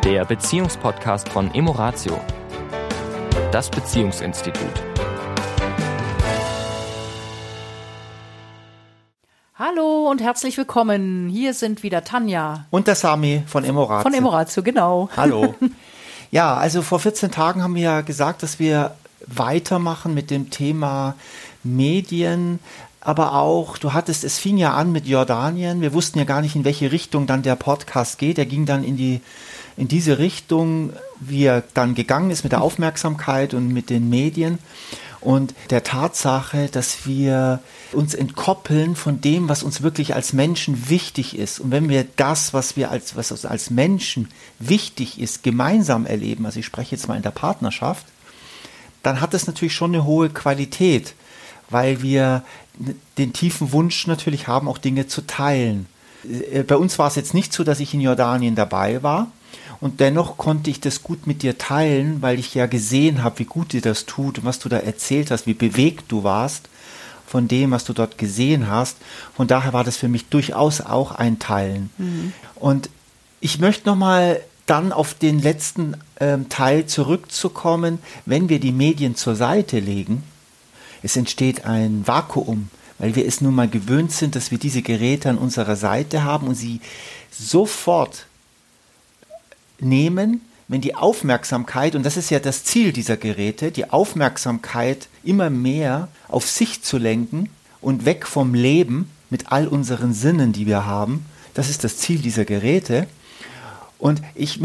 der Beziehungspodcast von Emoratio, das Beziehungsinstitut. Hallo und herzlich willkommen. Hier sind wieder Tanja. Und der Sami von Emoratio. Von Emoratio, genau. Hallo. Ja, also vor 14 Tagen haben wir ja gesagt, dass wir weitermachen mit dem Thema Medien, aber auch, es fing ja an mit Jordanien. Wir wussten ja gar nicht, in welche Richtung dann der Podcast geht. Er ging dann in diese Richtung, wie er dann gegangen ist mit der Aufmerksamkeit und mit den Medien und der Tatsache, dass wir uns entkoppeln von dem, was uns wirklich als Menschen wichtig ist. Und wenn wir das, was uns als Menschen wichtig ist, gemeinsam erleben, also ich spreche jetzt mal in der Partnerschaft, dann hat das natürlich schon eine hohe Qualität, weil wir den tiefen Wunsch natürlich haben, auch Dinge zu teilen. Bei uns war es jetzt nicht so, dass ich in Jordanien dabei war und dennoch konnte ich das gut mit dir teilen, weil ich ja gesehen habe, wie gut dir das tut und was du da erzählt hast, wie bewegt du warst von dem, was du dort gesehen hast. Von daher war das für mich durchaus auch ein Teilen. Mhm. Und ich möchte nochmal dann auf den letzten Teil zurückzukommen, wenn wir die Medien zur Seite legen. Es entsteht ein Vakuum, weil wir es nun mal gewöhnt sind, dass wir diese Geräte an unserer Seite haben und sie sofort nehmen, wenn die Aufmerksamkeit, und das ist ja das Ziel dieser Geräte, die Aufmerksamkeit immer mehr auf sich zu lenken und weg vom Leben mit all unseren Sinnen, die wir haben. Das ist das Ziel dieser Geräte. Und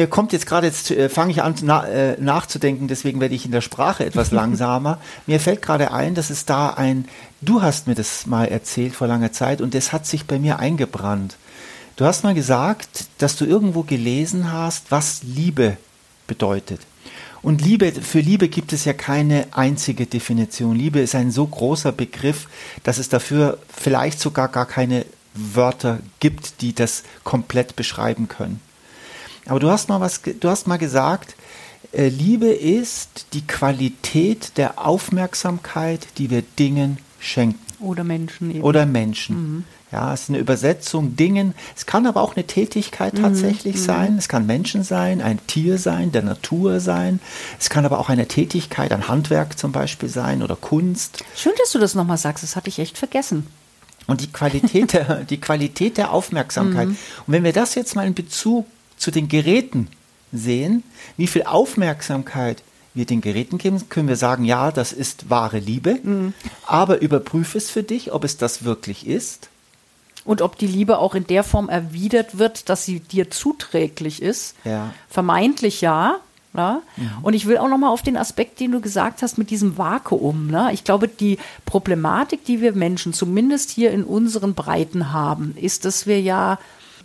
fange ich an nachzudenken, deswegen werde ich in der Sprache etwas langsamer. Mir fällt gerade ein, dass es da du hast mir das mal erzählt vor langer Zeit und das hat sich bei mir eingebrannt. Du hast mal gesagt, dass du irgendwo gelesen hast, was Liebe bedeutet. Und für Liebe gibt es ja keine einzige Definition. Liebe ist ein so großer Begriff, dass es dafür vielleicht sogar gar keine Wörter gibt, die das komplett beschreiben können. Aber du hast mal gesagt, Liebe ist die Qualität der Aufmerksamkeit, die wir Dingen schenken. Oder Menschen eben. Oder Menschen. Mhm. Ja, es ist eine Übersetzung, Dingen. Es kann aber auch eine Tätigkeit tatsächlich sein. Es kann Menschen sein, ein Tier sein, der Natur sein. Es kann aber auch eine Tätigkeit, ein Handwerk zum Beispiel sein oder Kunst. Schön, dass du das nochmal sagst. Das hatte ich echt vergessen. Und die Qualität der Aufmerksamkeit. Und wenn wir das jetzt mal in Bezug zu den Geräten sehen, wie viel Aufmerksamkeit wir den Geräten geben, können wir sagen, ja, das ist wahre Liebe, aber überprüfe es für dich, ob es das wirklich ist. Und ob die Liebe auch in der Form erwidert wird, dass sie dir zuträglich ist. Ja. Vermeintlich ja. Ja? Mhm. Und ich will auch noch mal auf den Aspekt, den du gesagt hast, mit diesem Vakuum. Ne? Ich glaube, die Problematik, die wir Menschen zumindest hier in unseren Breiten haben, ist, dass wir ja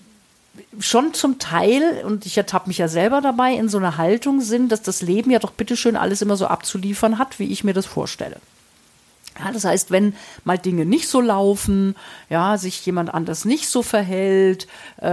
schon zum Teil, und ich ertappe mich ja selber dabei, in so einer Haltung sind, dass das Leben ja doch bitteschön alles immer so abzuliefern hat, wie ich mir das vorstelle. Ja, das heißt, wenn mal Dinge nicht so laufen, ja, sich jemand anders nicht so verhält,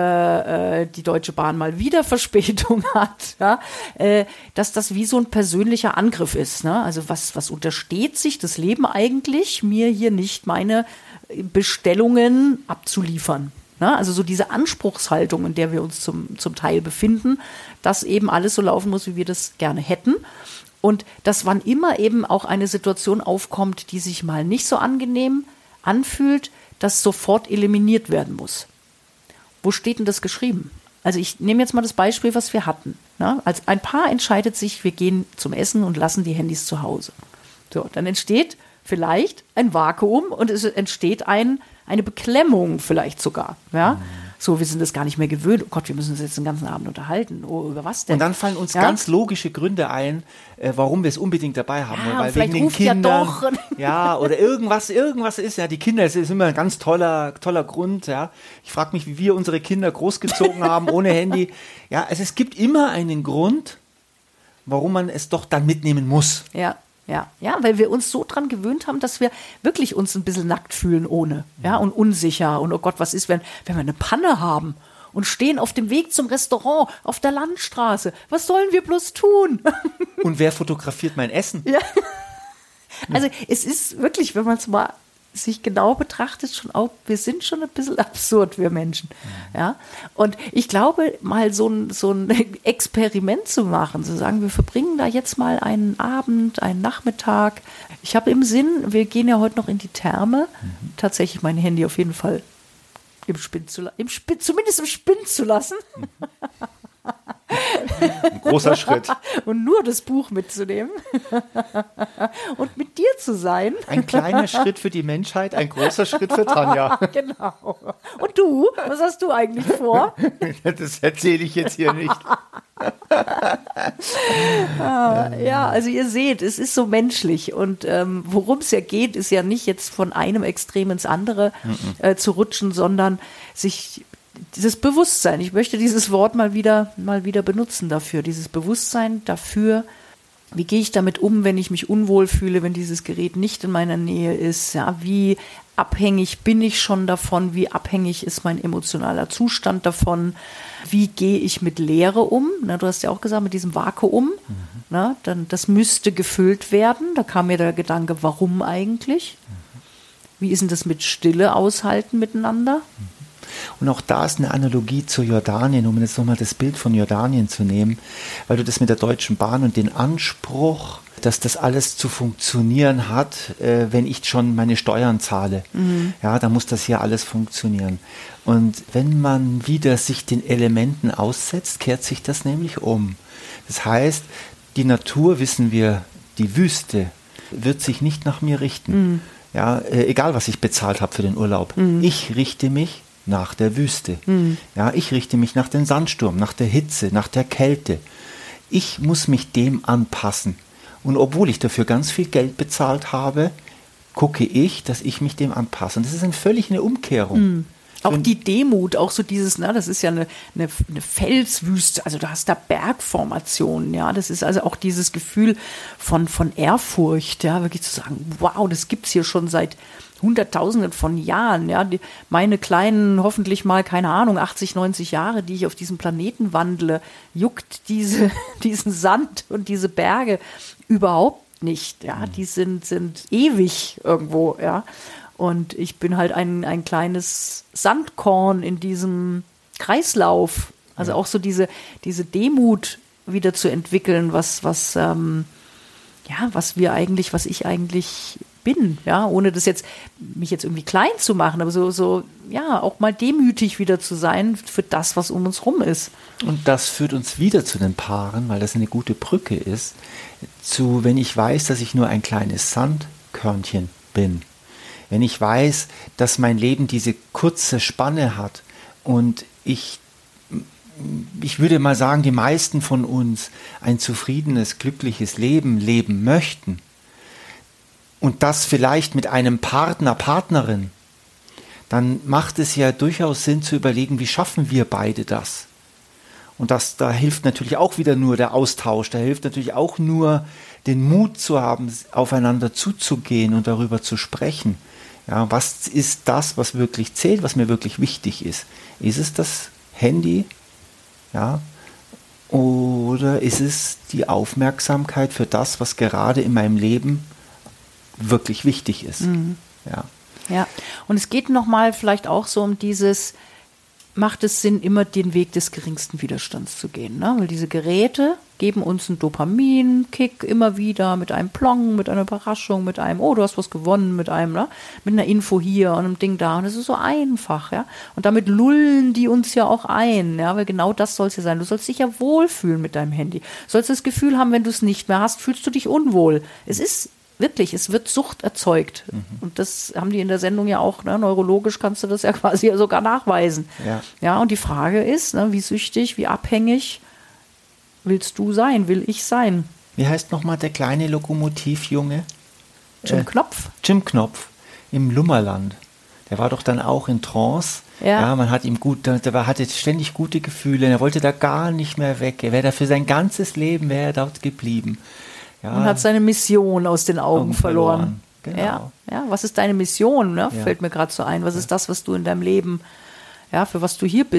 die Deutsche Bahn mal wieder Verspätung hat, ja, dass das wie so ein persönlicher Angriff ist. Ne? Also was untersteht sich das Leben eigentlich, mir hier nicht meine Bestellungen abzuliefern? Ne? Also so diese Anspruchshaltung, in der wir uns zum Teil befinden, dass eben alles so laufen muss, wie wir das gerne hätten. Und dass wann immer eben auch eine Situation aufkommt, die sich mal nicht so angenehm anfühlt, das sofort eliminiert werden muss. Wo steht denn das geschrieben? Also ich nehme jetzt mal das Beispiel, was wir hatten. Ne? Als ein Paar entscheidet sich, wir gehen zum Essen und lassen die Handys zu Hause. So, dann entsteht vielleicht ein Vakuum und es entsteht eine Beklemmung vielleicht sogar. Ja? So, wir sind das gar nicht mehr gewöhnt. Oh Gott, wir müssen uns jetzt den ganzen Abend unterhalten. Oh, über was denn? Und dann fallen uns ganz logische Gründe ein, warum wir es unbedingt dabei haben. Ja, weil vielleicht wegen den ruft Kindern. Ja doch. Ja, oder irgendwas ist. Ja, die Kinder, es ist immer ein ganz toller Grund. Ja, ich frage mich, wie wir unsere Kinder großgezogen haben ohne Handy. Ja, es gibt immer einen Grund, warum man es doch dann mitnehmen muss. Ja, weil wir uns so dran gewöhnt haben, dass wir wirklich uns ein bisschen nackt fühlen ohne, ja, und unsicher. Und oh Gott, was ist, wenn wir eine Panne haben und stehen auf dem Weg zum Restaurant auf der Landstraße? Was sollen wir bloß tun? Und wer fotografiert mein Essen? Ja. Also es ist wirklich, wenn man es mal sich genau betrachtet, schon auch, wir sind schon ein bisschen absurd, wir Menschen. Ja? Und ich glaube, mal so ein Experiment zu machen, zu sagen, wir verbringen da jetzt mal einen Abend, einen Nachmittag. Ich habe im Sinn, wir gehen ja heute noch in die Therme, tatsächlich mein Handy auf jeden Fall zumindest im Spinn zu lassen. Ein großer Schritt. Und nur das Buch mitzunehmen und mit dir zu sein. Ein kleiner Schritt für die Menschheit, ein großer Schritt für Tanja. Genau. Und du, was hast du eigentlich vor? Das erzähle ich jetzt hier nicht. Ja, also ihr seht, es ist so menschlich und worum es ja geht, ist ja nicht jetzt von einem Extrem ins andere zu rutschen, sondern sich dieses Bewusstsein, ich möchte dieses Wort mal wieder benutzen dafür, dieses Bewusstsein dafür, wie gehe ich damit um, wenn ich mich unwohl fühle, wenn dieses Gerät nicht in meiner Nähe ist, ja, wie abhängig bin ich schon davon, wie abhängig ist mein emotionaler Zustand davon, wie gehe ich mit Leere um, na, du hast ja auch gesagt, mit diesem Vakuum, na, dann, das müsste gefüllt werden, da kam mir der Gedanke, warum eigentlich, wie ist denn das mit Stille aushalten miteinander? Und auch da ist eine Analogie zu Jordanien, um jetzt nochmal das Bild von Jordanien zu nehmen, weil du das mit der Deutschen Bahn und den Anspruch, dass das alles zu funktionieren hat, wenn ich schon meine Steuern zahle. Ja, da muss das hier alles funktionieren. Und wenn man wieder sich den Elementen aussetzt, kehrt sich das nämlich um. Das heißt, die Natur, wissen wir, die Wüste, wird sich nicht nach mir richten. Ja, egal, was ich bezahlt habe für den Urlaub. Ich richte mich nach der Wüste. Ja, ich richte mich nach dem Sandsturm, nach der Hitze, nach der Kälte. Ich muss mich dem anpassen. Und obwohl ich dafür ganz viel Geld bezahlt habe, gucke ich, dass ich mich dem anpasse. Und das ist eine Umkehrung. Auch die Demut, auch so dieses, na, das ist ja eine Felswüste, also du hast da Bergformationen, ja, das ist also auch dieses Gefühl von Ehrfurcht, ja, wirklich zu sagen, wow, das gibt's hier schon seit Hunderttausenden von Jahren, ja, meine kleinen, hoffentlich mal, keine Ahnung, 80, 90 Jahre, die ich auf diesem Planeten wandle, juckt diesen Sand und diese Berge überhaupt nicht, ja, die sind ewig irgendwo, ja, und ich bin halt ein kleines Sandkorn in diesem Kreislauf, also auch so diese Demut wieder zu entwickeln, was ich eigentlich bin, ja, ohne mich jetzt irgendwie klein zu machen, aber so, ja, auch mal demütig wieder zu sein für das, was um uns rum ist. Und das führt uns wieder zu den Paaren, weil das eine gute Brücke ist, wenn ich weiß, dass ich nur ein kleines Sandkörnchen bin, wenn ich weiß, dass mein Leben diese kurze Spanne hat und ich würde mal sagen, die meisten von uns ein zufriedenes, glückliches Leben leben möchten, und das vielleicht mit einem Partner, Partnerin, dann macht es ja durchaus Sinn zu überlegen, wie schaffen wir beide das? Und da hilft natürlich auch wieder nur der Austausch, da hilft natürlich auch nur den Mut zu haben, aufeinander zuzugehen und darüber zu sprechen. Ja, was ist das, was wirklich zählt, was mir wirklich wichtig ist? Ist es das Handy? Ja? Oder ist es die Aufmerksamkeit für das, was gerade in meinem Leben wirklich wichtig ist? Ja, und es geht nochmal vielleicht auch so um dieses, macht es Sinn, immer den Weg des geringsten Widerstands zu gehen, ne? Weil diese Geräte geben uns einen Dopamin-Kick immer wieder mit einem Plong, mit einer Überraschung, mit einem, oh, du hast was gewonnen, mit einem, ne? Mit einer Info hier und einem Ding da, und das ist so einfach, ja. Und damit lullen die uns ja auch ein, ja, weil genau das soll es ja sein. Du sollst dich ja wohlfühlen mit deinem Handy. Du sollst das Gefühl haben, wenn du es nicht mehr hast, fühlst du dich unwohl. Wirklich, es wird Sucht erzeugt. Und das haben die in der Sendung ja auch, ne? Neurologisch kannst du das ja quasi sogar nachweisen. Ja, und die Frage ist, ne, wie süchtig, wie abhängig willst du sein, will ich sein? Wie heißt nochmal der kleine Lokomotivjunge? Jim Knopf. Jim Knopf im Lummerland. Der war doch dann auch in Trance. Ja, man hat ihm hatte ständig gute Gefühle. Er wollte da gar nicht mehr weg. Er wäre da für sein ganzes Leben dort geblieben. Ja, und hat seine Mission aus den Augen verloren. Genau. Ja, was ist deine Mission? Ne? Fällt mir gerade so ein. Was ist das, was du in deinem Leben, ja, für was du hier bist?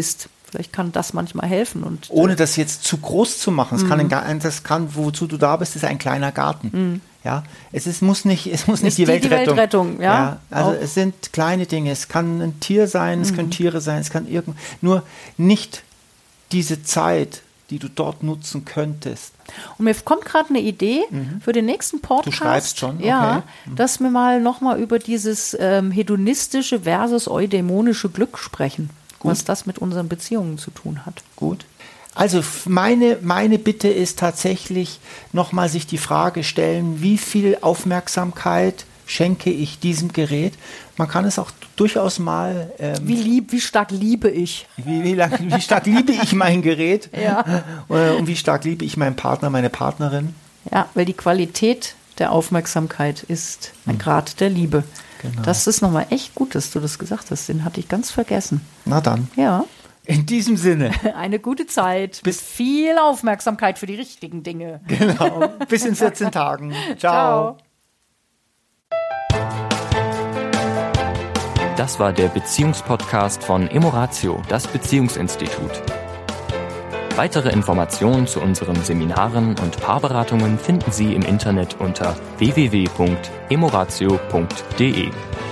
Vielleicht kann das manchmal helfen. Und ohne das jetzt zu groß zu machen. Das kann, wozu du da bist, ist ein kleiner Garten. Ja, muss nicht die Weltrettung. Ja, also es sind kleine Dinge. Es kann ein Tier sein, es können Tiere sein, es kann nur nicht diese Zeit, die du dort nutzen könntest. Und mir kommt gerade eine Idee für den nächsten Podcast. Du schreibst schon? Okay. Ja, dass wir mal nochmal über dieses hedonistische versus eudämonische Glück sprechen. Gut. Was das mit unseren Beziehungen zu tun hat. Gut. Also meine Bitte ist tatsächlich nochmal sich die Frage stellen, wie viel Aufmerksamkeit schenke ich diesem Gerät? Man kann es auch durchaus mal... Wie stark liebe ich? Wie stark liebe ich mein Gerät? Ja. Und wie stark liebe ich meinen Partner, meine Partnerin? Ja, weil die Qualität der Aufmerksamkeit ist ein Grad der Liebe. Genau. Das ist nochmal echt gut, dass du das gesagt hast. Den hatte ich ganz vergessen. Na dann. Ja. In diesem Sinne. Eine gute Zeit. Bis viel Aufmerksamkeit für die richtigen Dinge. Genau. Bis in 14 Tagen. Ciao. Das war der Beziehungspodcast von Emoratio, das Beziehungsinstitut. Weitere Informationen zu unseren Seminaren und Paarberatungen finden Sie im Internet unter www.emoratio.de.